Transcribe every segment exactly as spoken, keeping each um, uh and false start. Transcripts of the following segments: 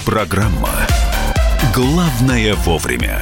Программа «Главное вовремя».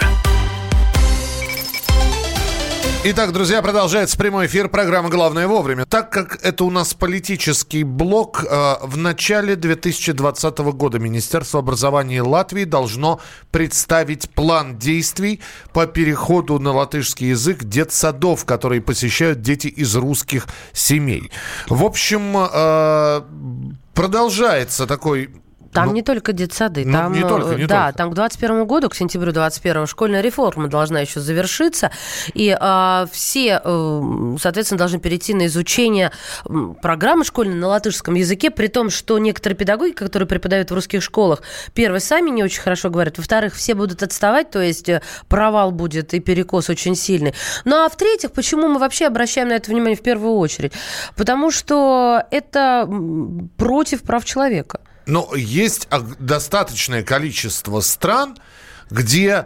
Итак, друзья, продолжается прямой эфир программы «Главное вовремя». Так как это у нас политический блок, э, в начале две тысячи двадцатого года Министерство образования Латвии должно представить план действий по переходу на латышский язык детсадов, которые посещают дети из русских семей. В общем, э, продолжается такой... Там ну, не только детсады, ну, там, не только, не да, только. там к двадцать первому году, к сентябрю двадцать первого, школьная реформа должна еще завершиться, и э, все, э, соответственно, должны перейти на изучение программы школьной на латышском языке, при том, что некоторые педагоги, которые преподают в русских школах, первые сами не очень хорошо говорят, во-вторых, все будут отставать, то есть провал будет и перекос очень сильный. Ну, а в-третьих, почему мы вообще обращаем на это внимание в первую очередь? Потому что это против прав человека. Но есть достаточное количество стран, где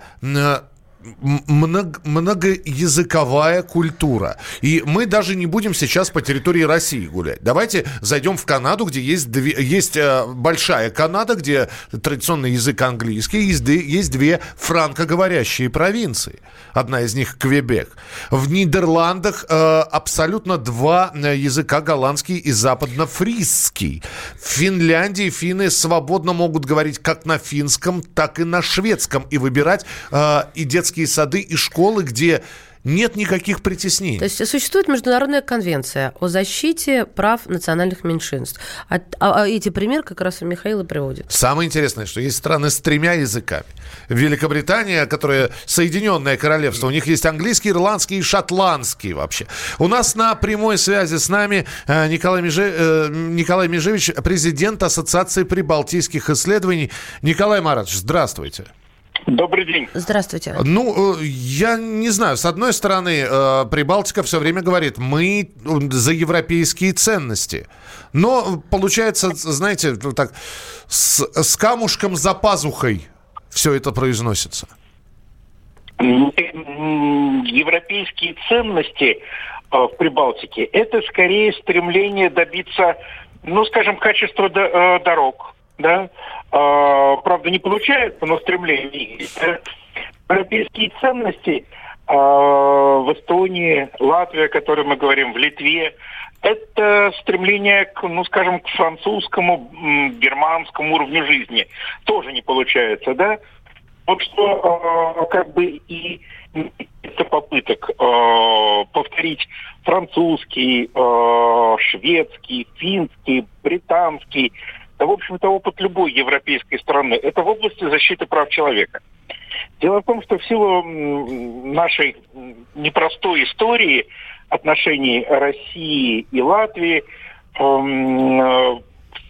много, многоязыковая культура. И мы даже не будем сейчас по территории России гулять. Давайте зайдем в Канаду, где есть, две, есть большая Канада, где традиционный язык английский, есть, есть две франкоговорящие провинции. Одна из них Квебек. В Нидерландах э, абсолютно два языка, голландский и западнофрисский. В Финляндии финны свободно могут говорить как на финском, так и на шведском и выбирать э, и детские сады и школы, где нет никаких притеснений. То есть существует международная конвенция о защите прав национальных меньшинств. А, а, а эти примеры как раз Михаил и приводит. Самое интересное, что есть страны с тремя языками. Великобритания, которая Соединенное Королевство, у них есть английский, ирландский и шотландский вообще. У нас на прямой связи с нами Николай, Межи... Николай Межевич, президент Ассоциации прибалтийских исследований. Николай Маратович, здравствуйте. Добрый день. Здравствуйте. Ну, я не знаю. С одной стороны, Прибалтика все время говорит, мы за европейские ценности. Но получается, знаете, так, с, с камушком за пазухой все это произносится. Европейские ценности в Прибалтике – это скорее стремление добиться, ну, скажем, качества дорог, да. Правда, не получается, но стремление есть. Европейские ценности в Эстонии, Латвии, о которой мы говорим, в Литве, это стремление к, ну, скажем, к французскому, германскому уровню жизни. Тоже не получается, да? Вот что как бы и это попыток повторить французский, шведский, финский, британский, да, в общем-то, опыт любой европейской страны. Это в области защиты прав человека. Дело в том, что в силу нашей непростой истории отношений России и Латвии, эм,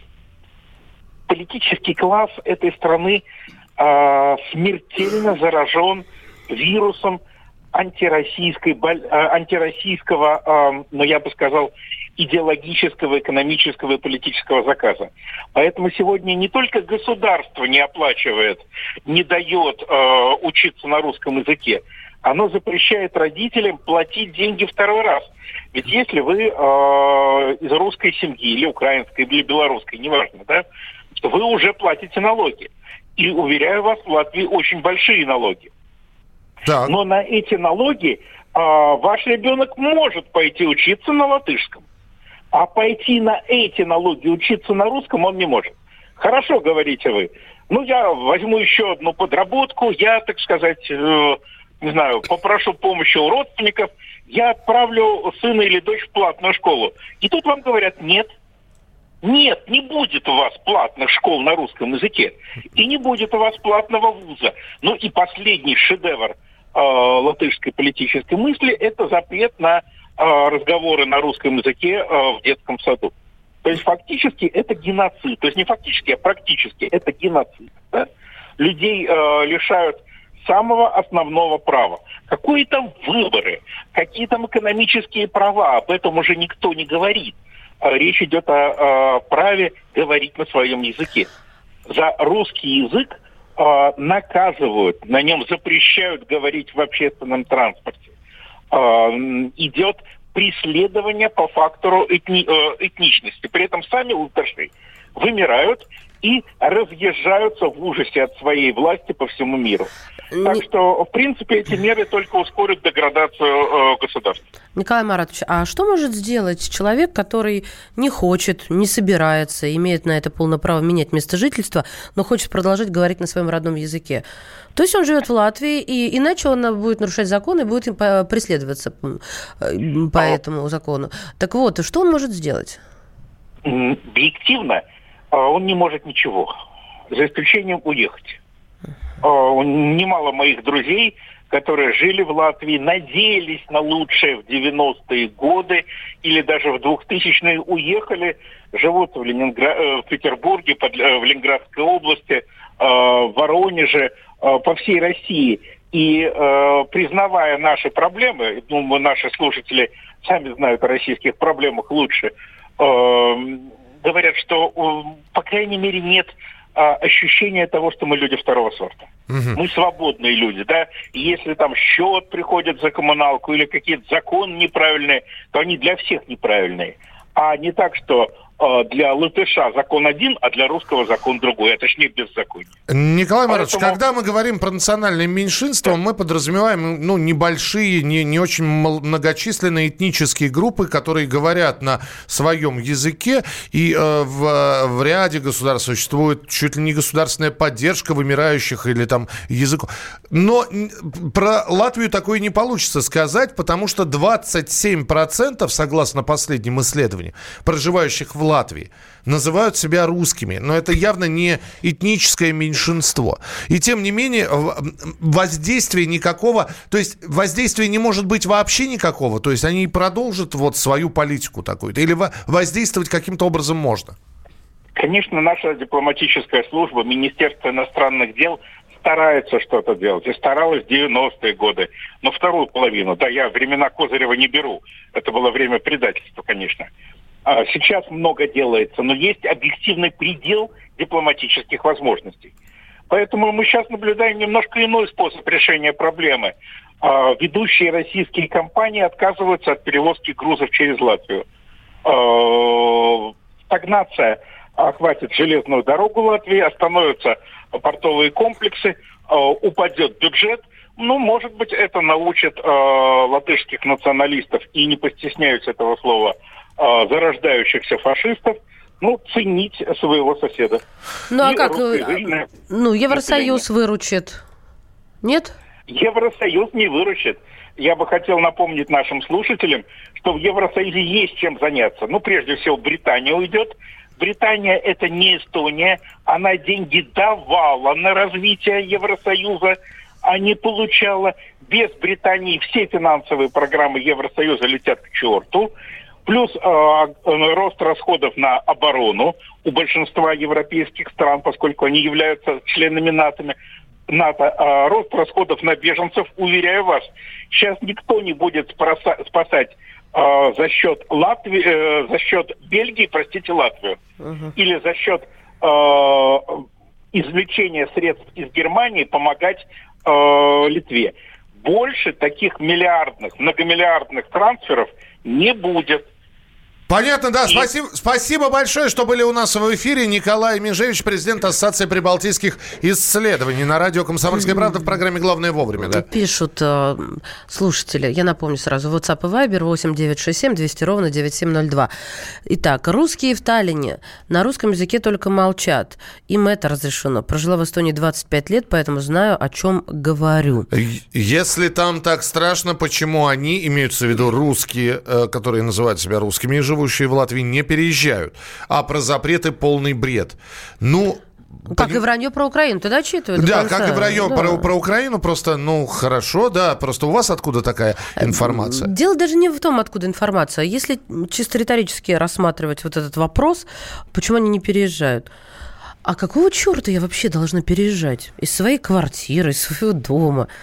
политический класс этой страны э, смертельно заражен вирусом антироссийской, э, антироссийского, э, ну, я бы сказал, идеологического, экономического и политического заказа. Поэтому сегодня не только государство не оплачивает, не дает э, учиться на русском языке, оно запрещает родителям платить деньги второй раз. Ведь если вы э, из русской семьи, или украинской, или белорусской, неважно, да, то вы уже платите налоги. И, уверяю вас, в Латвии очень большие налоги. Так. Но на эти налоги э, ваш ребенок может пойти учиться на латышском. А пойти на эти налоги учиться на русском он не может. Хорошо, говорите вы. Ну, я возьму еще одну подработку, я, так сказать, э, не знаю, попрошу помощи у родственников, я отправлю сына или дочь в платную школу. И тут вам говорят, нет, нет, не будет у вас платных школ на русском языке. И не будет у вас платного вуза. Ну и последний шедевр э, латышской политической мысли – это запрет на разговоры на русском языке э, в детском саду. То есть фактически это геноцид. То есть не фактически, а практически это геноцид. Да? Людей э, лишают самого основного права. Какие там выборы, какие там экономические права, об этом уже никто не говорит. Речь идет о, о праве говорить на своем языке. За русский язык э, наказывают, на нем запрещают говорить в общественном транспорте. Идет преследование по фактору этни, э, этничности. При этом сами латыши вымирают, и разъезжаются в ужасе от своей власти по всему миру. Так что, в принципе, эти меры только ускорят деградацию э, государства. Николай Маратович, а что может сделать человек, который не хочет, не собирается, имеет на это полное право менять место жительства, но хочет продолжать говорить на своем родном языке? То есть он живет в Латвии, и иначе он будет нарушать закон и будет преследоваться по этому закону. Так вот, что он может сделать? Объективно он не может ничего, за исключением уехать. Немало моих друзей, которые жили в Латвии, надеялись на лучшее в девяностые годы или даже в двухтысячные, уехали, живут в, Ленингра... в Петербурге, в Ленинградской области, в Воронеже, по всей России. И признавая наши проблемы, думаю, наши слушатели сами знают о российских проблемах лучше, говорят, что, по крайней мере, нет ощущение того, что мы люди второго сорта. Угу. Мы свободные люди, да. И если там счет приходит за коммуналку или какие-то законы неправильные, то они для всех неправильные. А не так, что э, для латыша закон один, а для русского закон другой, а точнее беззаконие. Николай Маратович, Поэтому... когда мы говорим про национальное меньшинство, да. мы подразумеваем ну, небольшие, не, не очень многочисленные этнические группы, которые говорят на своем языке, и э, в, в ряде государств существует чуть ли не государственная поддержка вымирающих или там языков. Но про Латвию такое не получится сказать, потому что двадцать семь процентов, согласно последним исследованиям, проживающих в Латвии, называют себя русскими. Но это явно не этническое меньшинство. И тем не менее, воздействия никакого... То есть воздействия не может быть вообще никакого. То есть они продолжат вот свою политику такую-то. Или воздействовать каким-то образом можно? Конечно, наша дипломатическая служба, Министерство иностранных дел старается что-то делать. И старалась в девяностые годы. Но вторую половину, да, я времена Козырева не беру. Это было время предательства, конечно. А сейчас много делается, но есть объективный предел дипломатических возможностей. Поэтому мы сейчас наблюдаем немножко иной способ решения проблемы. А ведущие российские компании отказываются от перевозки грузов через Латвию. А стагнация охватит железную дорогу Латвии, остановятся портовые комплексы, упадет бюджет. Ну, может быть, это научит э, латышских националистов, и не постесняюсь этого слова, э, зарождающихся фашистов, ну, ценить своего соседа. Ну, а как? Ну, Евросоюз выручит. Нет? Евросоюз не выручит. Я бы хотел напомнить нашим слушателям, что в Евросоюзе есть чем заняться. Ну, прежде всего, Британия уйдет. Британия – это не Эстония. Она деньги давала на развитие Евросоюза, а не получала. Без Британии все финансовые программы Евросоюза летят к черту. Плюс э, рост расходов на оборону у большинства европейских стран, поскольку они являются членами НАТО. НАТО. Э, рост расходов на беженцев, уверяю вас, сейчас никто не будет спаса- спасать э, за счет Латвии, э, за счет Бельгии, простите, Латвию, uh-huh. или за счет э, извлечения средств из Германии помогать э, Литве. Больше таких миллиардных, многомиллиардных трансферов не будет. Понятно, да. И... Спасибо, спасибо большое, что были у нас в эфире. Николай Межевич, президент Ассоциации прибалтийских исследований, на радио «Комсомольская правда» в программе «Главное вовремя». Да? Пишут э, слушатели, я напомню сразу, WhatsApp и Viber восемь девятьсот шестьдесят семь двести ровно девяносто семь ноль два. Итак, русские в Таллине на русском языке только молчат. Им это разрешено. Прожила в Эстонии двадцать пять лет, поэтому знаю, о чем говорю. Если там так страшно, почему они, имеются в виду русские, э, которые называют себя русскими и живут в Латвии, не переезжают, а про запреты полный бред. Ну, как поним... и вранье про Украину, ты дочитываешь? Да, как и вранье да. про, про Украину, просто, ну, хорошо, да, просто у вас откуда такая информация? Дело даже не в том, откуда информация. Если чисто риторически рассматривать вот этот вопрос, почему они не переезжают? А какого черта я вообще должна переезжать? Из своей квартиры, из своего дома?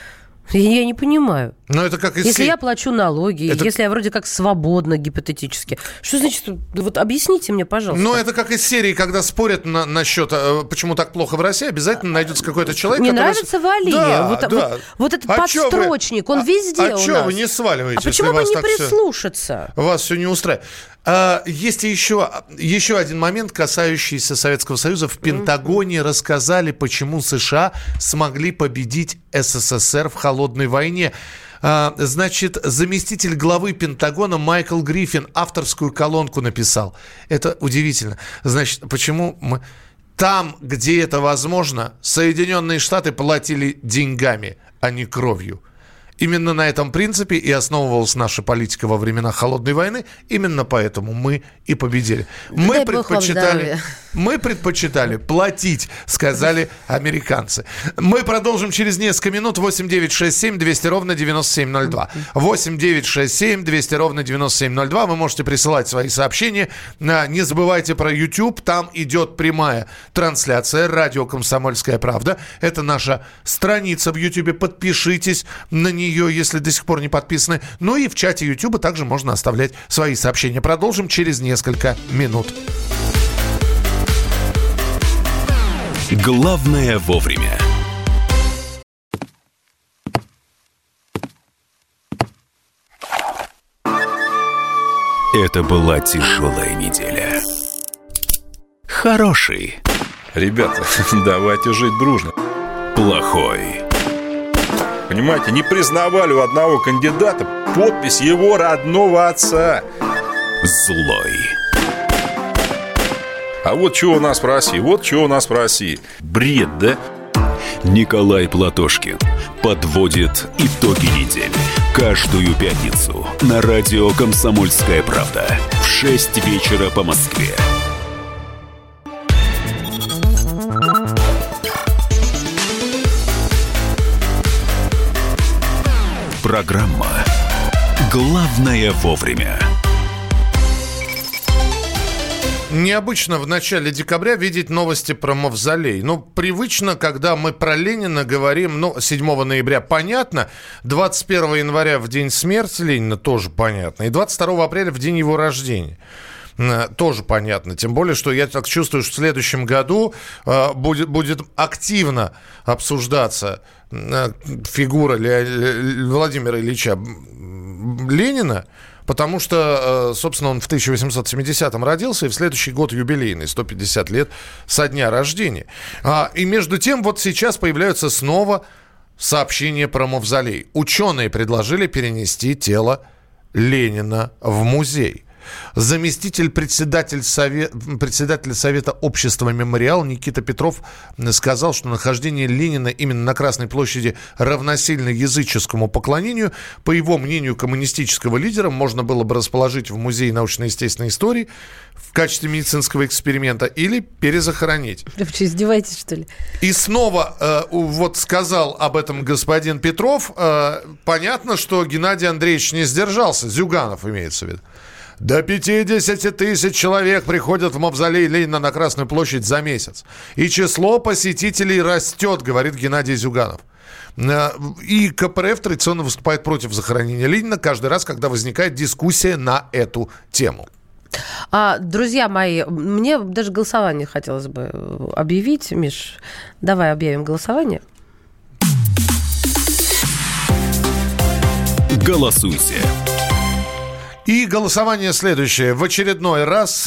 Я не понимаю. Но это как из Если се- я плачу налоги, это... если я вроде как свободна гипотетически, что значит, вот объясните мне, пожалуйста. Ну, это как из серии, когда спорят на, насчет, почему так плохо в России, обязательно найдется какой-то человек, Мне который... нравится Валия. Да, вот, да. Вот, вот этот а подстрочник, вы... он везде а, у а чё нас. вы не сваливаете, А почему бы не все... прислушаться? Вас все не устраивает. А, есть еще, еще один момент, касающийся Советского Союза. В Пентагоне mm-hmm. рассказали, почему США смогли победить СССР в холодной войне. А, значит, заместитель главы Пентагона Майкл Гриффин авторскую колонку написал. Это удивительно. Значит, почему мы... Там, где это возможно, Соединенные Штаты платили деньгами, а не кровью. Именно на этом принципе и основывалась наша политика во времена Холодной войны. Именно поэтому мы и победили. Мы предпочитали, мы предпочитали платить, сказали американцы. Мы продолжим через несколько минут. восемь девятьсот шестьдесят семь двести ровно девяносто семь ноль два. восемь девятьсот шестьдесят семь двести ровно девяносто семь ноль два. Вы можете присылать свои сообщения. Не забывайте про YouTube. Там идет прямая трансляция. Радио «Комсомольская правда». Это наша страница в YouTube. Подпишитесь на нее, если до сих пор не подписаны. Ну и в чате YouTube также можно оставлять свои сообщения. Продолжим через несколько минут. Главное вовремя. Это была тяжелая неделя. Хороший. Ребята, давайте жить дружно. Плохой. Понимаете, не признавали у одного кандидата подпись его родного отца. Злой. А вот что у нас в России, вот что у нас в России. Бред, да? Николай Платошкин подводит итоги недели. Каждую пятницу на радио «Комсомольская правда» в шесть вечера по Москве. Программа «Главное вовремя». Необычно в начале декабря видеть новости про мавзолей. Ну, привычно, когда мы про Ленина говорим, ну, седьмого ноября понятно, двадцать первого января в день смерти Ленина тоже понятно, и двадцать второго апреля в день его рождения. Тоже понятно. Тем более, что я так чувствую, что в следующем году э, будет, будет активно обсуждаться э, фигура Ле, Ле, Владимира Ильича Ленина, потому что, э, собственно, он в тысяча восемьсот семидесятом родился, и в следующий год юбилейный, сто пятьдесят лет со дня рождения. А, и между тем, вот сейчас появляются снова сообщения про мавзолей. Ученые предложили перенести тело Ленина в музей. Заместитель председатель совет, председателя Совета общества «Мемориал» Никита Петров сказал, что нахождение Ленина именно на Красной площади равносильно языческому поклонению. По его мнению, коммунистического лидера можно было бы расположить в Музее научно-естественной истории в качестве медицинского эксперимента или перезахоронить. Вы что, издеваетесь, что ли? И снова э, вот сказал об этом господин Петров. Э, понятно, что Геннадий Андреевич не сдержался. Зюганов имеется в виду. До пятьдесят тысяч человек приходят в мавзолей Ленина на Красную площадь за месяц. И число посетителей растет, говорит Геннадий Зюганов. И КПРФ традиционно выступает против захоронения Ленина каждый раз, когда возникает дискуссия на эту тему. А, друзья мои, мне даже голосование хотелось бы объявить. Миш, давай объявим голосование. Голосуйте. И голосование следующее. В очередной раз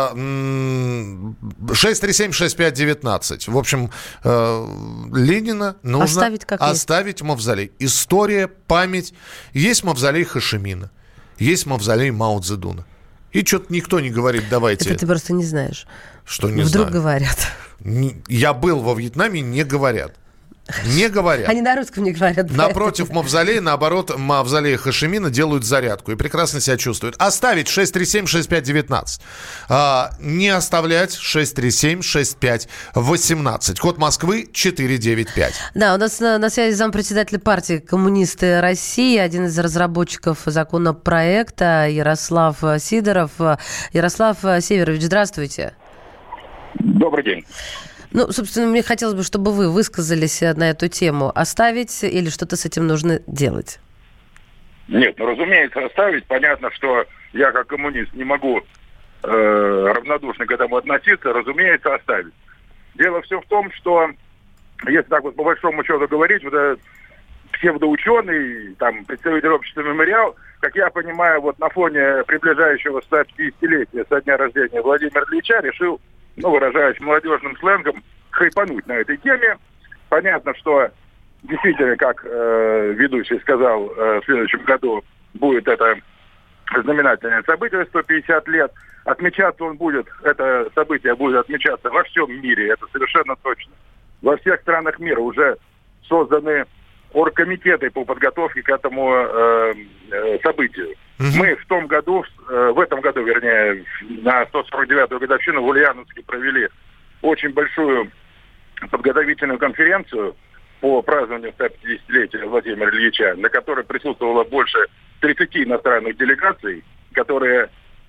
шесть три семь шесть пять девятнадцать. В общем, Ленина нужно оставить, как оставить мавзолей. История, память. Есть мавзолей Хошимина. Есть мавзолей Мао Цзэдуна. И что-то никто не говорит, давайте. Это ты просто не знаешь. Что не Вдруг знаю. говорят. Я был во Вьетнаме, не говорят. Не говорят. Они на русском не говорят. Напротив мавзолея, наоборот, мавзолея Хошимина делают зарядку и прекрасно себя чувствуют. Оставить шесть три семь шесть пять девятнадцать. А, не оставлять шесть три семь шесть пять восемнадцать. Код Москвы четыре девять пять. Да, у нас на, на связи зампредседателя партии «Коммунисты России», один из разработчиков законопроекта Ярослав Сидоров. Ярослав Северович, здравствуйте. Добрый день. Ну, собственно, мне хотелось бы, чтобы вы высказались на эту тему. Оставить или что-то с этим нужно делать? Нет, ну, разумеется, оставить. Понятно, что я, как коммунист, не могу э, равнодушно к этому относиться. Разумеется, оставить. Дело все в том, что, если так вот по большому счету говорить, вот этот псевдоученый, там, представитель общества «Мемориал», как я понимаю, вот на фоне приближающегося сто пятидесятилетия со дня рождения Владимира Ильича решил, ну, выражаясь молодежным сленгом, хайпануть на этой теме. Понятно, что действительно, как э, ведущий сказал, э, в следующем году будет это знаменательное событие, сто пятьдесят лет. Отмечаться он будет, это событие будет отмечаться во всем мире, это совершенно точно. Во всех странах мира уже созданы оргкомитеты по подготовке к этому э, э, событию. Mm-hmm. Мы в том году, э, в этом году, вернее, на сто сорок девятую годовщину в Ульяновске провели очень большую подготовительную конференцию по празднованию сто пятидесятилетия Владимира Ильича, на которой присутствовало больше тридцати иностранных делегаций, которые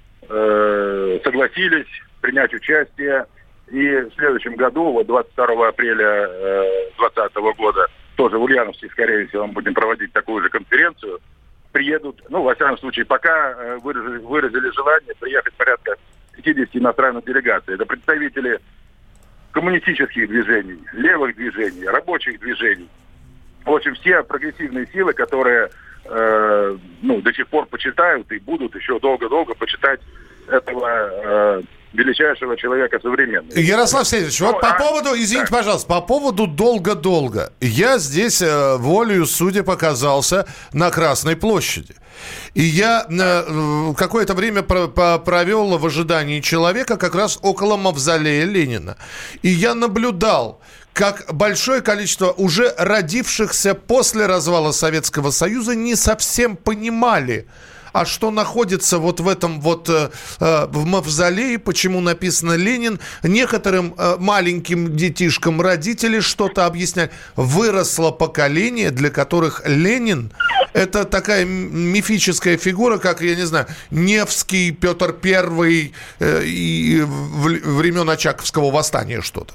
э, согласились принять участие. И в следующем году, вот двадцать второго апреля двадцатого года, тоже в Ульяновске, скорее всего, мы будем проводить такую же конференцию. Приедут, ну, во всяком случае, пока выразили, выразили желание приехать порядка пятидесяти иностранных делегаций. Это представители коммунистических движений, левых движений, рабочих движений. В общем, все прогрессивные силы, которые э, ну, до сих пор почитают и будут еще долго-долго почитать этого э, величайшего человека современного. Ярослав Сергеевич, ну, вот по а... поводу, извините, да. пожалуйста, по поводу долго-долго. Я здесь э, волею судеб оказался на Красной площади. И я э, какое-то время про- про- провел в ожидании человека как раз около мавзолея Ленина. И я наблюдал, как большое количество уже родившихся после развала Советского Союза не совсем понимали, а что находится вот в этом вот э, в мавзолее, почему написано Ленин. Некоторым э, маленьким детишкам родители что-то объясняют. Выросло поколение, для которых Ленин – это такая мифическая фигура, как, я не знаю, Невский, Петр Первый э, и времен Очаковского восстания что-то.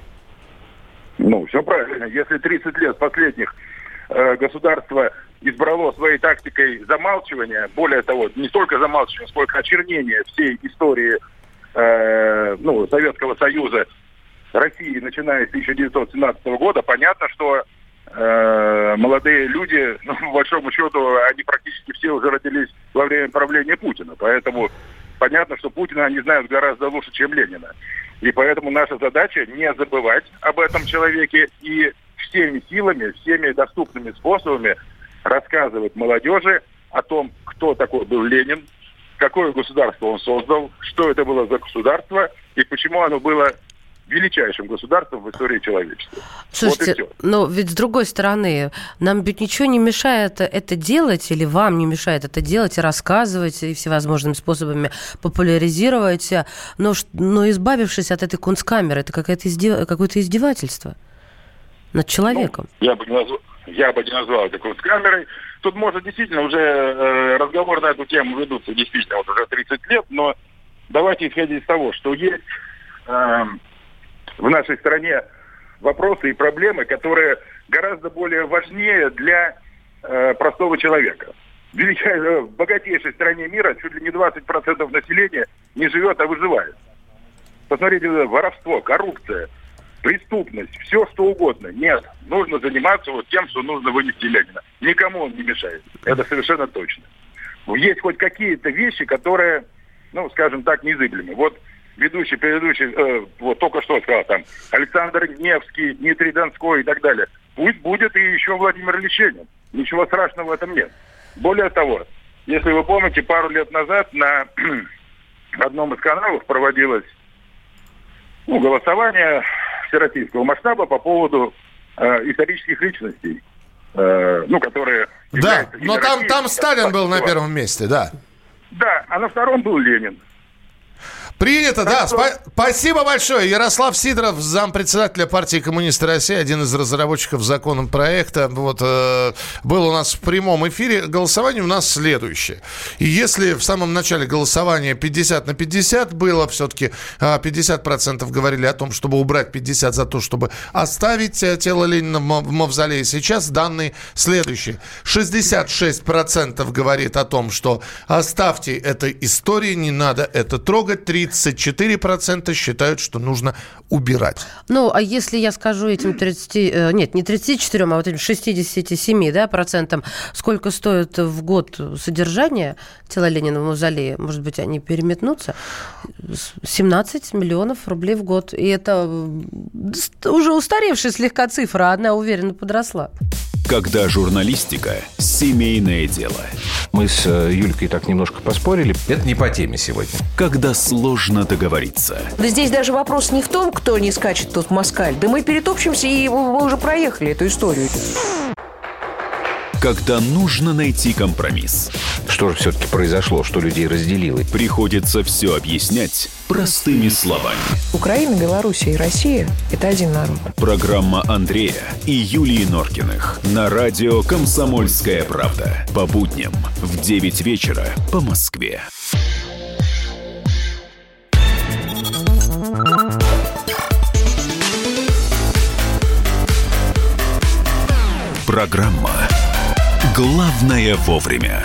Ну, все правильно. Если тридцать лет последних э, государство избрало своей тактикой замалчивания, более того, не столько замалчивания, сколько очернения всей истории э, ну, Советского Союза, России, начиная с тысяча девятьсот семнадцатого года, понятно, что э, молодые люди, ну, по большому счету, они практически все уже родились во время правления Путина. Поэтому понятно, что Путина они знают гораздо лучше, чем Ленина. И поэтому наша задача не забывать об этом человеке и всеми силами, всеми доступными способами рассказывать молодежи о том, кто такой был Ленин, какое государство он создал, что это было за государство и почему оно было величайшим государством в истории человечества. Слушайте, вот но ведь с другой стороны, нам ведь ничего не мешает это делать, или вам не мешает это делать и рассказывать, и всевозможными способами популяризировать, но, но избавившись от этой кунсткамеры, это какое-то, издев... какое-то издевательство над человеком. Ну, я бы не назвал, я бы не назвал это кунсткамерой. Тут, может, действительно уже э, разговор на эту тему ведутся действительно вот уже тридцать лет, но давайте исходить из того, что есть э, в нашей стране вопросы и проблемы, которые гораздо более важнее для э, простого человека. В величайшей, в богатейшей стране мира чуть ли не двадцать процентов населения не живет, а выживает. Посмотрите, воровство, коррупция, преступность, все что угодно. Нет, нужно заниматься вот тем, что нужно вынести Ленина. Никому он не мешает. Это совершенно точно. Есть хоть какие-то вещи, которые, ну, скажем так, незыблемы. Вот ведущий, предыдущий, э, вот только что сказал там, Александр Невский, Дмитрий Донской и так далее. Пусть будет и еще Владимир Ильич Ленин. Ничего страшного в этом нет. Более того, если вы помните, пару лет назад на одном из каналов проводилось ну, голосование всероссийского масштаба по поводу э, исторических личностей, э, ну, которые... Да, но там, там Сталин был на первом месте, да. Да, а на втором был Ленин. Принято, да. Спа- спасибо большое. Ярослав Сидоров, зампредседателя партии «Коммунисты России», один из разработчиков законопроекта. Вот, э, был у нас в прямом эфире. Голосование у нас следующее. И если в самом начале голосования пятьдесят на пятьдесят было, все-таки э, пятьдесят процентов говорили о том, чтобы убрать, пятьдесят за то, чтобы оставить э, тело Ленина в мавзолее. Сейчас данные следующие. шестьдесят шесть процентов говорит о том, что оставьте это истории, не надо это трогать. тридцать четыре процента считают, что нужно убирать. Ну, а если я скажу этим тридцати, нет, не тридцати четырем, а вот этим шестидесяти семи, да, процентам, сколько стоит в год содержание тела Ленина в мавзолее, может быть, они переметнутся? семнадцать миллионов рублей в год. И это уже устаревшая слегка цифра, одна уверенно подросла. Когда журналистика – семейное дело. Мы с Юлькой так немножко поспорили. Это не по теме сегодня. Когда сложно договориться. Да здесь даже вопрос не в том, кто не скачет тут в москаль. Да мы перетопчемся, и мы уже проехали эту историю. Когда нужно найти компромисс. Что же все-таки произошло, что людей разделило? Приходится все объяснять простыми словами. Украина, Белоруссия и Россия – это один народ. Программа Андрея и Юлии Норкиных на радио «Комсомольская правда». По будням в девять вечера по Москве. Программа «Главное вовремя».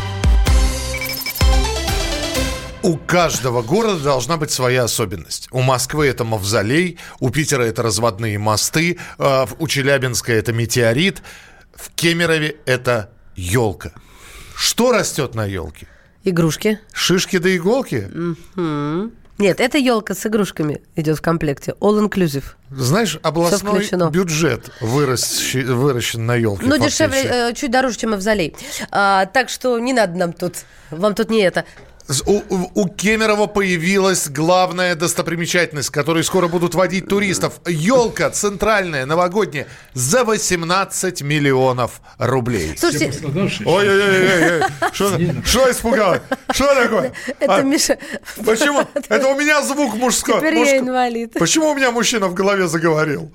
У каждого города должна быть своя особенность. У Москвы это мавзолей, у Питера это разводные мосты, у Челябинска это метеорит, в Кемерове это елка. Что растет на елке? Игрушки. Шишки да иголки? Mm-hmm. Нет, это елка с игрушками идет в комплекте. All inclusive. Знаешь, областной бюджет выращен, выращен на елке. Ну, дешевле, чуть дороже, чем мавзолей. А, так что не надо нам тут, вам тут не это. У, у Кемерово появилась главная достопримечательность, которой скоро будут водить туристов. Елка центральная, новогодняя, за восемнадцать миллионов рублей. Слушайте... Ой-ой-ой, что испугалось? Что такое? Это а, Миша... Почему? Это у меня звук мужской. Теперь Мужско... я инвалид. Почему у меня мужчина в голове заговорил?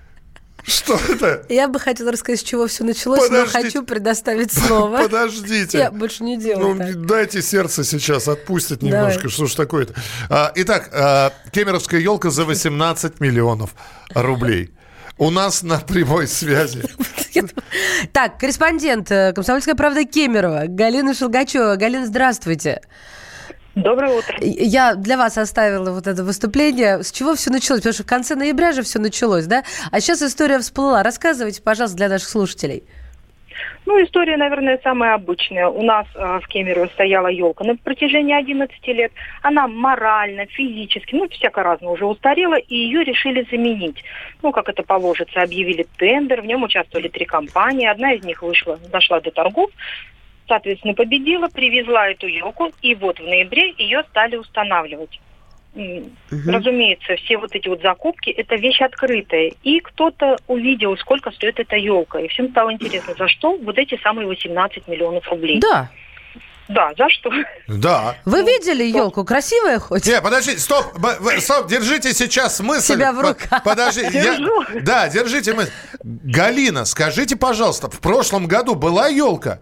Что это? Я бы хотела рассказать, с чего все началось, Подождите. но хочу предоставить слово. Подождите. Я больше не делаю ну, так. Дайте сердце сейчас отпустит немножко. Давай. Что ж такое-то? А, итак, а, кемеровская елка за восемнадцать миллионов рублей. У нас на прямой связи. Так, корреспондент «Комсомольская правда» Кемерово, Галина Шелгачева. Галина, здравствуйте. Доброе утро. Я для вас оставила вот это выступление. С чего все началось? Потому что в конце ноября же все началось, да? А сейчас история всплыла. Рассказывайте, пожалуйста, для наших слушателей. Ну, история, наверное, самая обычная. У нас э, в Кемерово стояла елка на протяжении одиннадцати лет. Она морально, физически, ну, всяко-разно уже устарела, и ее решили заменить. Ну, как это положится, объявили тендер, в нем участвовали три компании. Одна из них вышла, дошла до торгов, соответственно, победила, привезла эту елку, и вот в ноябре ее стали устанавливать. Угу. Разумеется, все вот эти вот закупки – это вещь открытая. И кто-то увидел, сколько стоит эта елка. И всем стало интересно, за что вот эти самые восемнадцать миллионов рублей. Да. Да, за что? Да. Вы видели елку? Красивая хоть? Нет, подождите, стоп, стоп, держите сейчас мысль. Себя в руках. Подождите. Я... Да, держите мысль. Галина, скажите, пожалуйста, в прошлом году была елка?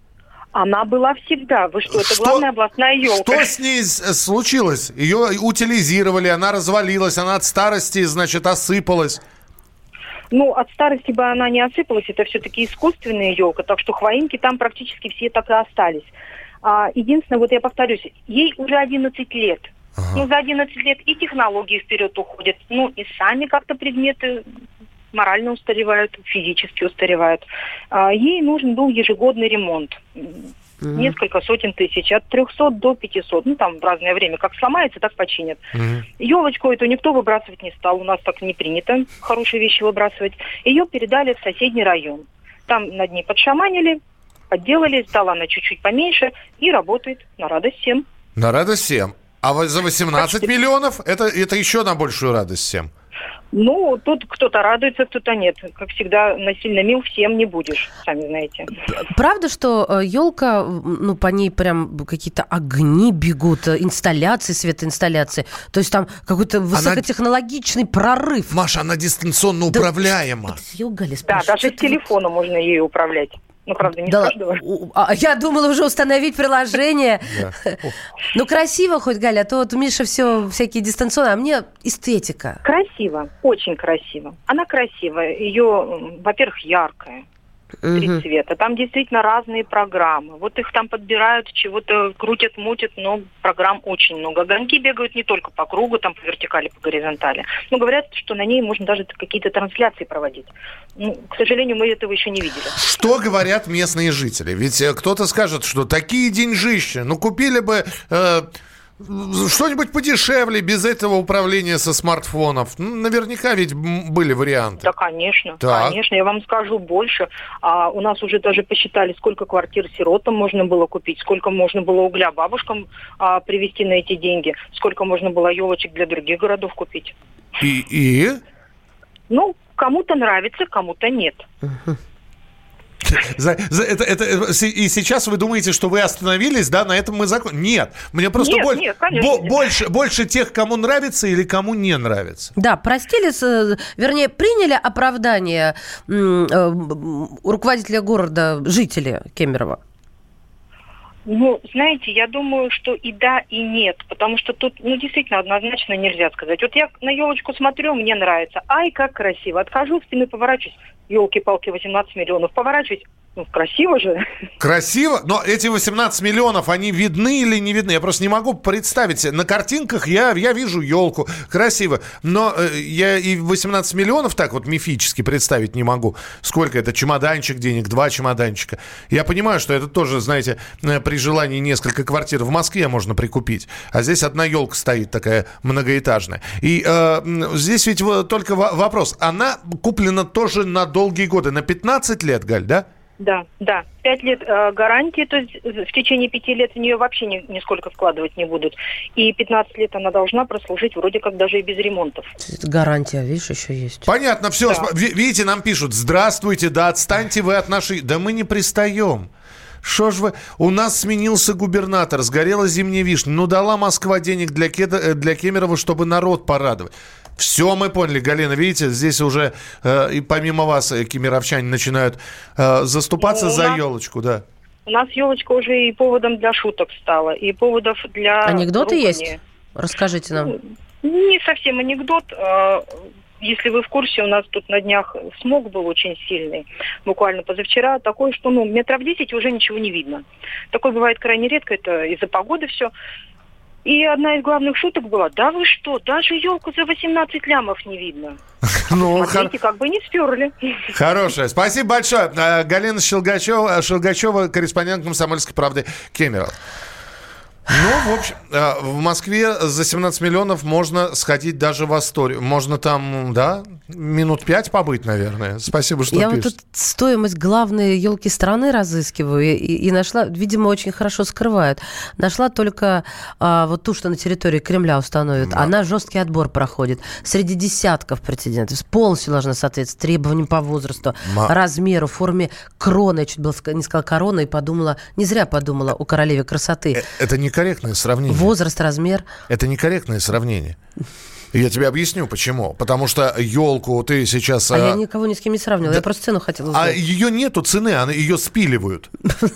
Она была всегда. Вы что, это что, главная областная елка. Что с ней случилось? Ее утилизировали, она развалилась, она от старости, значит, осыпалась. Ну, от старости бы она не осыпалась, это все-таки искусственная елка, так что хвоинки там практически все так и остались. А, единственное, вот я повторюсь, ей уже одиннадцать лет. Ага. Ну, за одиннадцать лет и технологии вперед уходят, ну, и сами как-то предметы морально устаревают, физически устаревают. А, ей нужен был ежегодный ремонт. Mm-hmm. Несколько сотен тысяч, от трехсот до пятисот. Ну, там в разное время. Как сломается, так починят. Mm-hmm. Елочку эту никто выбрасывать не стал. У нас так не принято хорошие вещи выбрасывать. Ее передали в соседний район. Там над ней подшаманили, подделали, стала она чуть-чуть поменьше и работает на радость всем. На радость всем. А за восемнадцать Почти. Миллионов это, это еще на большую радость всем. Ну, тут кто-то радуется, кто-то нет. Как всегда, насильно мил всем не будешь, сами знаете. Правда, что елка, ну, по ней прям какие-то огни бегут, инсталляции, светоинсталляции? То есть там какой-то высокотехнологичный она... прорыв. Маша, она дистанционно управляема. Да, да, даже с телефона вот... можно ею управлять. Ну, правда, не да, с каждого. А, я думала уже установить приложение. Ну, красиво хоть, Галя, а то вот у Миши все всякие дистанционные, а мне эстетика. Красиво, очень красиво. Она красивая. Ее, во-первых, яркая. Три угу. цвета. Там действительно разные программы. Вот их там подбирают, чего-то крутят, мутят, но программ очень много. Огоньки бегают не только по кругу, там по вертикали, по горизонтали. Но говорят, что на ней можно даже какие-то трансляции проводить. Ну, к сожалению, мы этого еще не видели. Что говорят местные жители? Ведь кто-то скажет, что такие деньжища, ну купили бы... Э- Что-нибудь подешевле, без этого управления со смартфонов. Ну, наверняка ведь были варианты. Да, конечно. Так. Конечно, я вам скажу больше. А, у нас уже даже посчитали, сколько квартир сиротам можно было купить, сколько можно было угля бабушкам а, привезти на эти деньги, сколько можно было елочек для других городов купить. И? и? Ну, кому-то нравится, кому-то нет. За, за, это, это, и сейчас вы думаете, что вы остановились, да, на этом мы закончим? Нет, мне просто нет, больше, нет, конечно, бо, больше, больше тех, кому нравится или кому не нравится. Да, простили, вернее, приняли оправдание руководителя города, жители Кемерово. Ну, знаете, я думаю, что и да, и нет, потому что тут, ну, действительно, однозначно нельзя сказать. Вот я на елочку смотрю, мне нравится, ай, как красиво, отхожу, спиной поворачиваюсь, елки-палки, восемнадцать миллионов, поворачиваюсь, ну, красиво же. Красиво? Но эти восемнадцать миллионов, они видны или не видны? Я просто не могу представить. На картинках я, я вижу елку, красиво. Но э, я и восемнадцать миллионов так вот мифически представить не могу. Сколько это? Чемоданчик денег, два чемоданчика. Я понимаю, что это тоже, знаете, при желании несколько квартир в Москве можно прикупить. А здесь одна елка стоит такая многоэтажная. И э, здесь ведь только вопрос. Она куплена тоже на долгие годы. На пятнадцать лет, Галь, да? Да, да. Пять лет э, гарантии, то есть в течение пяти лет в нее вообще ни, нисколько вкладывать не будут. И пятнадцать лет она должна прослужить вроде как даже и без ремонтов. Гарантия, видишь, еще есть. Понятно, все. Да. Видите, нам пишут: здравствуйте, да отстаньте вы от нашей... Да мы не пристаем. Что ж вы... У нас сменился губернатор, сгорела зимняя вишня. Ну, дала Москва денег для, Кеда... для Кемерово, чтобы народ порадовать. Все мы поняли, Галина, видите, здесь уже э, и помимо вас э, кемеровчане начинают э, заступаться ну, за нас, елочку, да. У нас елочка уже и поводом для шуток стала, и поводов для... Анекдоты ругани. Есть? Расскажите нам. Не совсем анекдот. Если вы в курсе, у нас тут на днях смог был очень сильный, буквально позавчера, такой, что ну метров десять уже ничего не видно. Такое бывает крайне редко, это из-за погоды все. И одна из главных шуток была: да вы что, даже елку за восемнадцать лямов не видно. Ну, смотрите, хор... как бы не сперли. Хорошая. Спасибо большое. Галина Щелгачева, Щелгачева, корреспондент «Комсомольской правды» Кемерово. Ну, в общем, в Москве за семнадцать миллионов можно сходить даже в Асторию. Можно там, да, минут пять побыть, наверное. Спасибо, что Я пишешь. вот тут стоимость главной елки страны разыскиваю и, и нашла, видимо, очень хорошо скрывают. Нашла только а, вот ту, что на территории Кремля установят. Да. Она жесткий отбор проходит. Среди десятков претендентов. Полностью должна соответствовать требованиям по возрасту, Ма... размеру, форме кроны. Я чуть было не сказала корона и подумала, не зря подумала о королеве красоты. Это не корректное сравнение. Возраст, размер. Это некорректное сравнение. Я тебе объясню, почему. Потому что елку ты сейчас... А, а... я никого ни с кем не сравнивала, да... я просто цену хотела узнать. А ее нету цены, она, ее спиливают.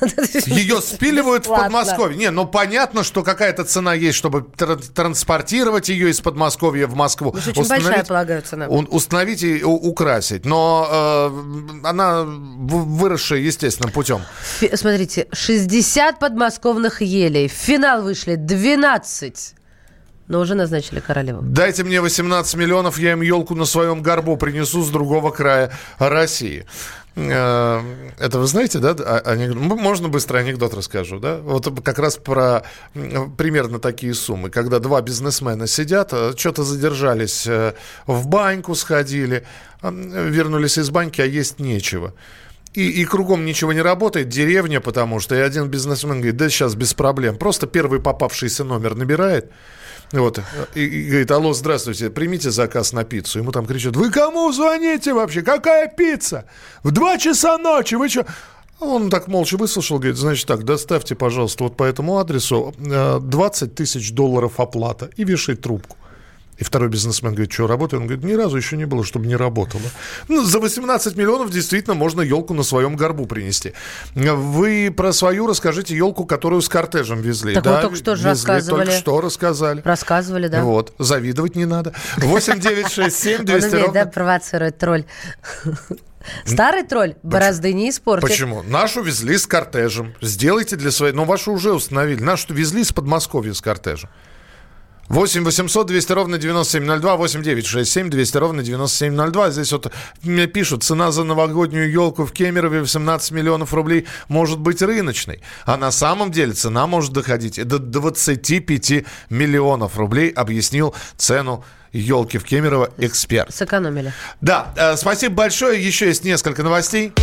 Ее спиливают в Подмосковье. Не, ну понятно, что какая-то цена есть, чтобы транспортировать ее из Подмосковья в Москву. Очень большая, полагаю, цена. Установить и украсить. Но она выросшая естественным путем. Смотрите, шестьдесят подмосковных елей. В финал вышли двенадцать. Но уже назначили королеву. Дайте мне восемнадцать миллионов, я им елку на своем горбу принесу с другого края России. Это вы знаете, да? Анекдот? Можно быстро анекдот расскажу, да? Вот как раз про примерно такие суммы. Когда два бизнесмена сидят, что-то задержались, в баньку сходили, вернулись из баньки, а есть нечего. И, и кругом ничего не работает, деревня, потому что и один бизнесмен говорит, да сейчас без проблем. Просто первый попавшийся номер набирает, вот, и, и говорит, алло, здравствуйте, примите заказ на пиццу. Ему там кричат, вы кому звоните вообще? Какая пицца? В два часа ночи, вы что? Он так молча выслушал, говорит, значит так, доставьте, пожалуйста, вот по этому адресу двадцать тысяч долларов оплата и вешает трубку. И второй бизнесмен говорит, что, работает? Он говорит, ни разу еще не было, чтобы не работало. Ну, за восемнадцать миллионов действительно можно елку на своем горбу принести. Вы про свою расскажите елку, которую с кортежем везли. Так да? вы только что же везли, рассказывали. Только что рассказали. Рассказывали, да. Вот, завидовать не надо. восемь девятьсот шестьдесят семь двести Он умеет, ровно... да, провоцировать тролль. Старый тролль борозды не испортит. Почему? Нашу везли с кортежем. Сделайте для своей... Ну, вашу уже установили. Нашу везли с Подмосковья с кортежем. восемь восемьсот двести ровно девяносто семь ноль два, восемь девятьсот шестьдесят семь двести ровно девяносто семь ноль два. Здесь вот мне пишут, цена за новогоднюю елку в Кемерове восемнадцать миллионов рублей может быть рыночной. А на самом деле цена может доходить до двадцать пять миллионов рублей, объяснил цену елки в Кемерово эксперт. Сэкономили. Да, э, спасибо большое. Еще есть несколько новостей.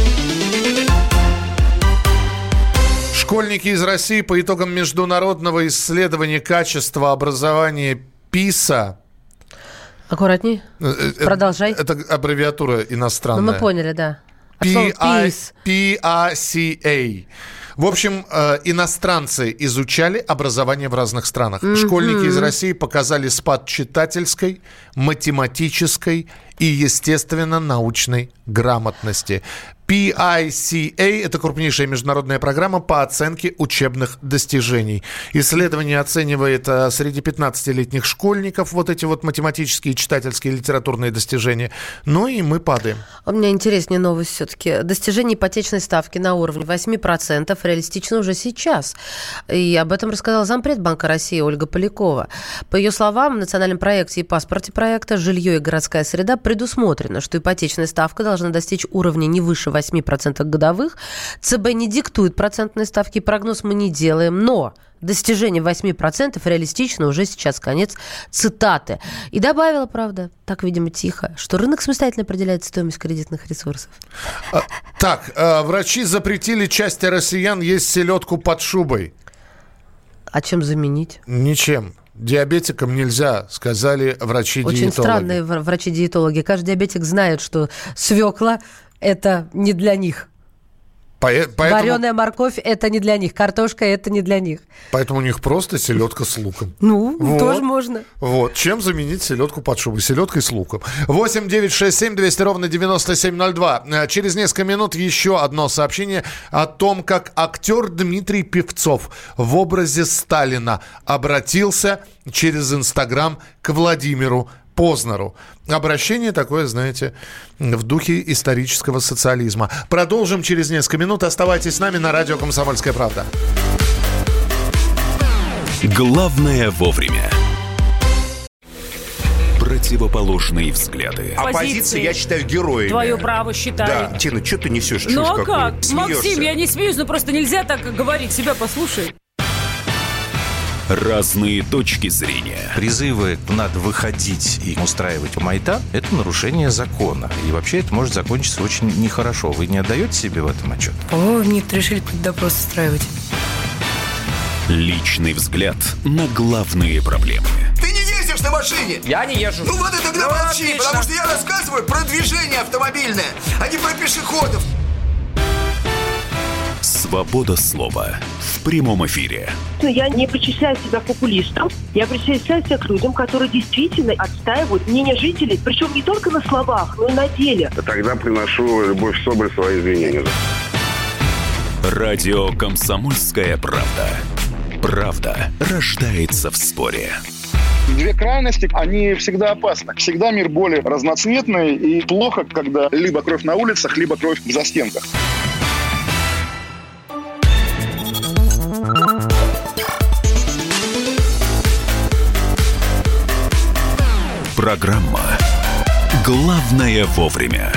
Школьники из России по итогам международного исследования качества образования ПИСА. Аккуратней. Продолжай. Это аббревиатура иностранная. Ну, мы поняли, да. пи ай си эй. В общем, э, иностранцы изучали образование в разных странах. Mm-hmm. Школьники из России показали спад читательской, математической и, естественно, научной грамотности. пи ай си эй – это крупнейшая международная программа по оценке учебных достижений. Исследование оценивает а, среди пятнадцатилетних школьников вот эти вот математические, читательские, литературные достижения. Ну и мы падаем. У меня интереснее новость все-таки. Достижение ипотечной ставки на уровне восемь процентов реалистично уже сейчас. И об этом рассказала зампред Банка России Ольга Полякова. По ее словам, в национальном проекте и паспорте проекта «Жилье и городская среда» предусмотрено, что ипотечная ставка должна достичь уровня не выше восемь процентов годовых. ЦБ не диктует процентные ставки, прогноз мы не делаем, но достижение восемь процентов реалистично уже сейчас. Конец цитаты. И добавила, правда, так, видимо, тихо, что рынок самостоятельно определяет стоимость кредитных ресурсов. А, так, а, врачи запретили части россиян есть селедку под шубой. А чем заменить? Ничем. Диабетикам нельзя, сказали врачи-диетологи. Очень странные врачи-диетологи. Каждый диабетик знает, что свекла – это не для них. Поэтому... Вареная морковь – это не для них. Картошка – это не для них. Поэтому у них просто селедка с луком. Ну, вот. Тоже можно. Вот. Чем заменить селедку под шубой? Селедкой с луком. восемь девятьсот шестьдесят семь двести ровно девяносто семь ноль два. Через несколько минут еще одно сообщение о том, как актер Дмитрий Певцов в образе Сталина обратился через Инстаграм к Владимиру Познеру. Обращение такое, знаете, в духе исторического социализма. Продолжим через несколько минут. Оставайтесь с нами на радио «Комсомольская правда». Главное вовремя. Противоположные взгляды. Оппозиция, я считаю, героями. Твое право считаю. Да, Тина, что ты несешь? Ну а как? Максим, я не смеюсь, но просто нельзя так говорить. Себя послушай. Разные точки зрения. Призывы «надо выходить и устраивать майдан» — это нарушение закона. И вообще это может закончиться очень нехорошо. Вы не отдаете себе в этом отчет? О, некоторые решили допрос устраивать. Личный взгляд на главные проблемы. Ты не ездишь на машине? Я не езжу. Ну вот и тогда ну, молчи, отлично. Потому что я рассказываю про движение автомобильное, а не про пешеходов. Свобода слова в прямом эфире. Я не причисляю себя к популистам, я причисляю себя к людям, которые действительно отстаивают мнение жителей, причем не только на словах, но и на деле. Тогда приношу Любовь Соболь свои извинения. Радио «Комсомольская правда». Правда рождается в споре. Две крайности, они всегда опасны. Всегда мир более разноцветный, и плохо, когда либо кровь на улицах, либо кровь в застенках. Программа «Главное вовремя».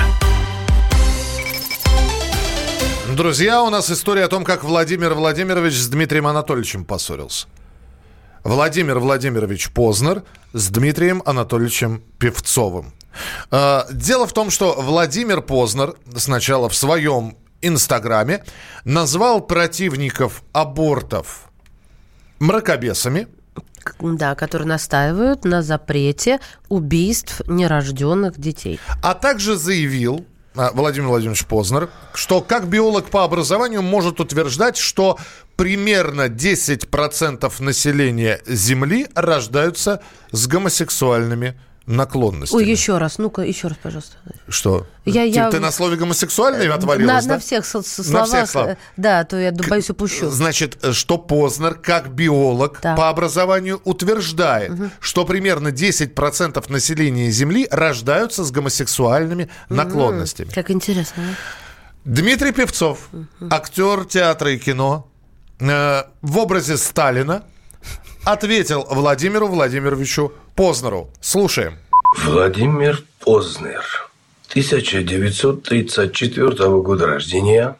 Друзья, у нас история о том, как Владимир Владимирович с Дмитрием Анатольевичем поссорился. Владимир Владимирович Познер с Дмитрием Анатольевичем Певцовым. Дело в том, что Владимир Познер сначала в своем Инстаграме, назвал противников абортов мракобесами. Да, которые настаивают на запрете убийств нерожденных детей. А также заявил Владимир Владимирович Познер, что как биолог по образованию может утверждать, что примерно десять процентов населения Земли рождаются с гомосексуальными наклонностями. Ой, еще раз, ну-ка, еще раз, пожалуйста. Что? Я, ты, я... ты на слове гомосексуальный отвалилась, на, да? На всех словах, на всех слов... да, то я боюсь упущу. Значит, что Познер, как биолог да. по образованию, утверждает, угу. что примерно десять процентов населения Земли рождаются с гомосексуальными угу. наклонностями. Как интересно. Дмитрий Певцов, угу. актер театра и кино, э, в образе Сталина, ответил Владимиру Владимировичу Познеру. Слушаем. Владимир Познер, тысяча девятьсот тридцать четвёртого года рождения,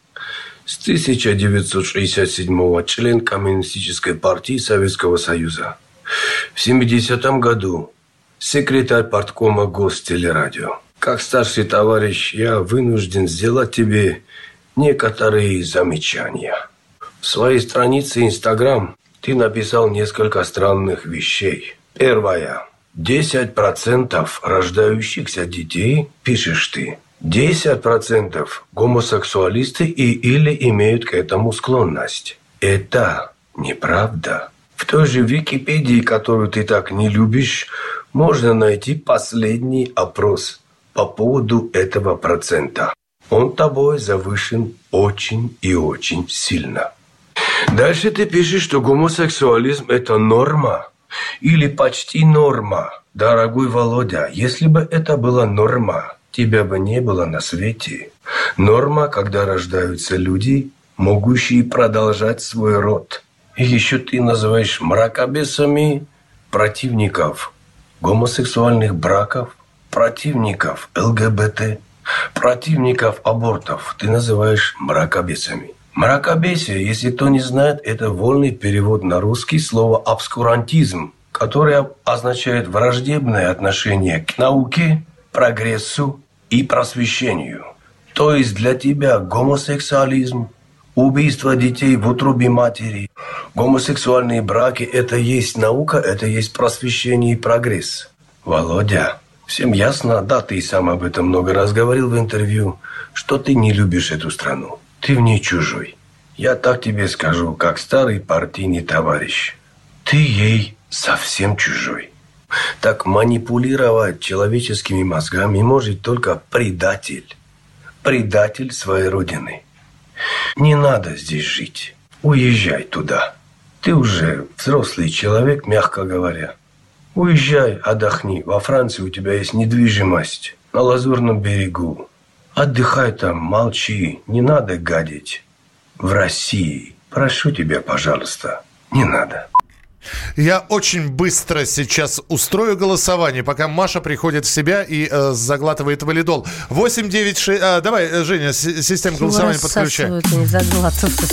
с тысяча девятьсот шестьдесят седьмого член Коммунистической партии Советского Союза. В семидесятом году секретарь парткома Гостелерадио. Как старший товарищ, я вынужден сделать тебе некоторые замечания. В своей странице Инстаграм ты написал несколько странных вещей. Первое. десять процентов рождающихся детей, пишешь ты, десять процентов гомосексуалисты и или имеют к этому склонность. Это неправда. В той же Википедии, которую ты так не любишь, можно найти последний опрос по поводу этого процента. Он тобой завышен очень и очень сильно. Дальше ты пишешь, что гомосексуализм – это норма или почти норма. Дорогой Володя, если бы это была норма, тебя бы не было на свете. Норма, когда рождаются люди, могущие продолжать свой род. И еще ты называешь мракобесами противников гомосексуальных браков, противников ЛГБТ, противников абортов. Ты называешь мракобесами. Мракобесие, если кто не знает, это вольный перевод на русский слова «обскурантизм», которое означает враждебное отношение к науке, прогрессу и просвещению. То есть для тебя гомосексуализм, убийство детей в утробе матери, гомосексуальные браки – это есть наука, это есть просвещение и прогресс. Володя, всем ясно, да, ты сам об этом много раз говорил в интервью, что ты не любишь эту страну. Ты в ней чужой. Я так тебе скажу, как старый партийный товарищ. Ты ей совсем чужой. Так манипулировать человеческими мозгами может только предатель. Предатель своей родины. Не надо здесь жить. Уезжай туда. Ты уже взрослый человек, мягко говоря. Уезжай, отдохни. Во Франции у тебя есть недвижимость. На Лазурном берегу. Отдыхай там, молчи, не надо гадить. В России, прошу тебя, пожалуйста, не надо. Я очень быстро сейчас устрою голосование, пока Маша приходит в себя и э, заглатывает валидол. восемь девять шесть... А, давай, Женя, с- систему голосования подключай. Не заглатывают.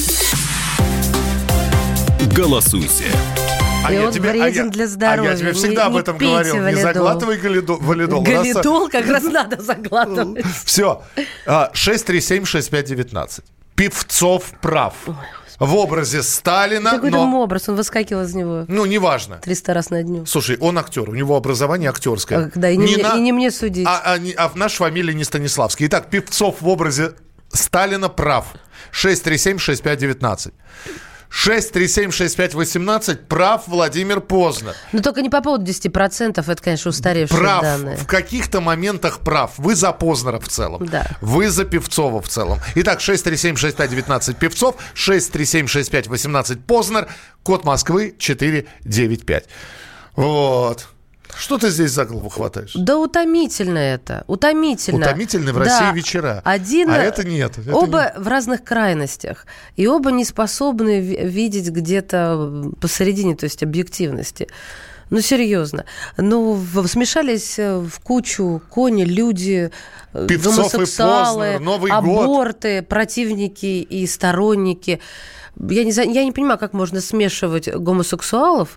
Голосуйте. А и я он тебе, вреден а для я, здоровья. А я тебе всегда не, об этом не говорил. валидол. Не заглатывай галидол, валидол. Галидол как раз надо заглатывать. Все. шесть три семь шесть пять девятнадцать. Певцов прав. Ой, в образе Сталина. Какой но... там образ? Он выскакивал из него. Ну, неважно. триста раз на дню. Слушай, он актер. У него образование актерское. Да, и не, не, мне, на... и не мне судить. А, а, не, а наша фамилия не Станиславский. Итак, Певцов в образе Сталина прав. шесть три семь шесть пять девятнадцать. шесть три семь шесть пять восемнадцать. Прав Владимир Познер. Но только не по поводу десяти процентов. Это, конечно, устаревшие прав. данные. В каких-то моментах прав. Вы за Познера в целом. Да. Вы за Певцова в целом. Итак, шесть три семь шесть пять девятнадцать Певцов. шесть три семь шесть пять восемнадцать Познер. Код Москвы четыре девять пять. Вот. Что ты здесь за голову хватаешь? Да утомительно это. Утомительно. Утомительны в России да. вечера. Один... А это нет. Это оба нет. в разных крайностях. И оба не способны видеть где-то посередине, то есть объективности. Ну, серьезно. Ну, смешались в кучу кони, люди, Певцов гомосексуалы, и Познер, Новый аборты, год. Противники и сторонники. Я не, я не понимаю, как можно смешивать гомосексуалов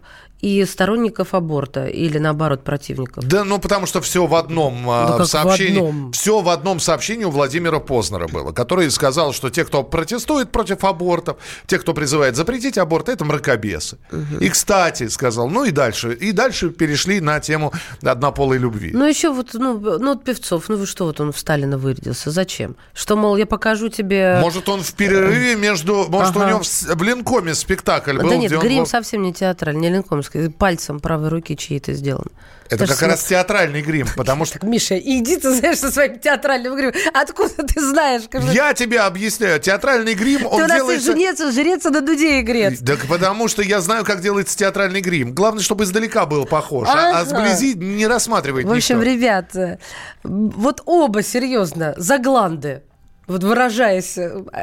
и сторонников аборта, или наоборот, противников? Да, ну потому что все в одном да э, сообщении. В одном? Все в одном сообщении у Владимира Познера было, который сказал, что те, кто протестует против абортов, те, кто призывает запретить аборт, это мракобесы. Угу. И, кстати, сказал, ну и дальше. И дальше перешли на тему однополой любви. Ну, еще вот, ну, ну вот Певцов, ну вы что, вот он в Сталина вырядился, зачем? Что, мол, я покажу тебе... Может, он в перерыве между... Может, ага. у него в, в Ленкоме спектакль был, да нет, где грим он... совсем не театральный, не ленкомский, пальцем правой руки чьей-то сделан. Это Даже как смысл... раз театральный грим, потому что... Так, Миша, иди ты, знаешь, со своим театральным гримом. Откуда ты знаешь? Когда... Я тебе объясняю. Театральный грим, он ты делается... Ты у нас жрец, жрец на дуде игрец. Так потому что я знаю, как делается театральный грим. Главное, чтобы издалека был похож, ага. а, а сблизи не рассматривает В общем, никто. ребят, вот оба, серьезно, загланды. Вот выражаясь,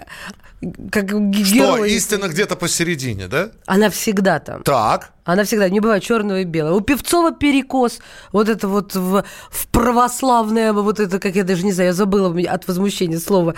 как герой. Что, истина где-то посередине, да? Она всегда там. Так. Она всегда, не бывает черного и белого. У Певцова перекос, вот это вот в, в православное, вот это, как я даже не знаю, я забыла от возмущения слово.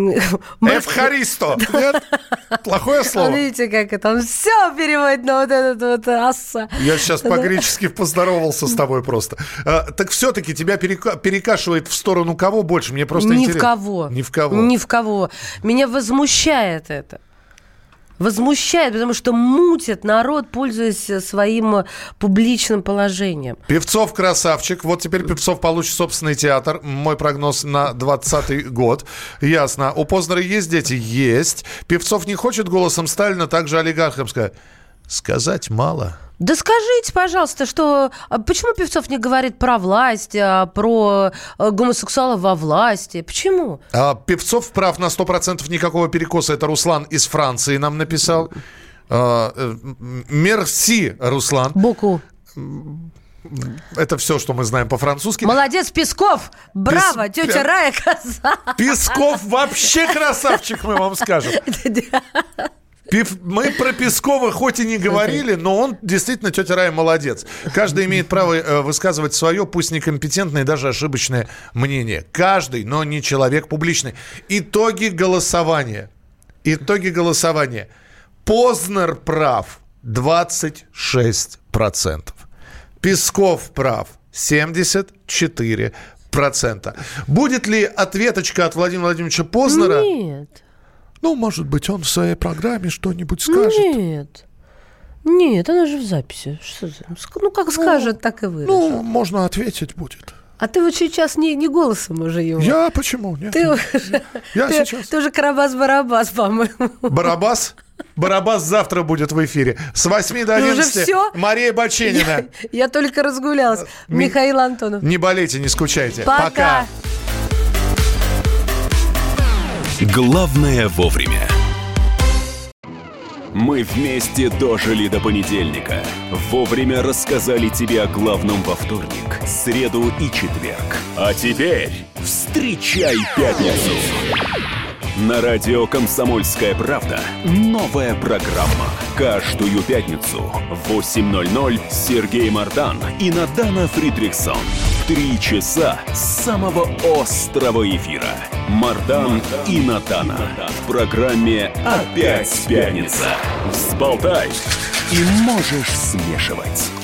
Эвхаристо. Нет? Плохое слово. Видите, как это, он все переводит на вот этот вот асса. Я сейчас по-гречески поздоровался с тобой просто. А, так все-таки тебя перека- перекашивает в сторону кого больше? Мне просто Ни интересно. в кого. Ни в кого. Ни в кого. Меня возмущает это. Возмущает, потому что мутит народ, пользуясь своим публичным положением. Певцов красавчик. Вот теперь Певцов получит собственный театр. Мой прогноз на двадцатый год. Ясно. У Познера есть дети? Есть. Певцов не хочет голосом Сталина также олигархам сказать. Сказать мало. Да скажите, пожалуйста, что почему Певцов не говорит про власть, про гомосексуалов во власти? Почему? А, Певцов прав на сто процентов, никакого перекоса. Это Руслан из Франции нам написал. А, мерси, Руслан. Боку. Это все, что мы знаем по-французски. Молодец, Песков! Браво, Пес... тетя Рая красавчик! Песков вообще красавчик, мы вам скажем. Мы про Пескова хоть и не говорили, но он действительно, тетя Рая, молодец. Каждый имеет право высказывать свое, пусть некомпетентное и даже ошибочное мнение. Каждый, но не человек публичный. Итоги голосования. Итоги голосования. Познер прав двадцать шесть процентов. Песков прав семьдесят четыре процента. Будет ли ответочка от Владимира Владимировича Познера? Нет. Ну, может быть, он в своей программе что-нибудь скажет. Нет. Нет, она же в записи. Что за... Ну, как ну, скажет, так и выразит. Ну, можно ответить будет. А ты вот сейчас не, не голосом уже его. Я почему? Нет. Ты уже, Я ты, сейчас. Ты уже Карабас-Барабас, по-моему. Барабас? Барабас завтра будет в эфире. С восьми до одиннадцати. Мария Баченина. Я, я только разгулялась. Ми... Михаил Антонов. Не болейте, не скучайте. Пока. Пока. Главное вовремя. Мы вместе дожили до понедельника. Вовремя рассказали тебе о главном во вторник, среду и четверг. А теперь встречай пятницу. На радио «Комсомольская правда» новая программа. Каждую пятницу в восемь ноль ноль Сергей Мардан и Надана Фридрихсон. Три часа самого острого эфира. Мардан и Надана. В программе «Опять пятница». Взболтай и можешь смешивать.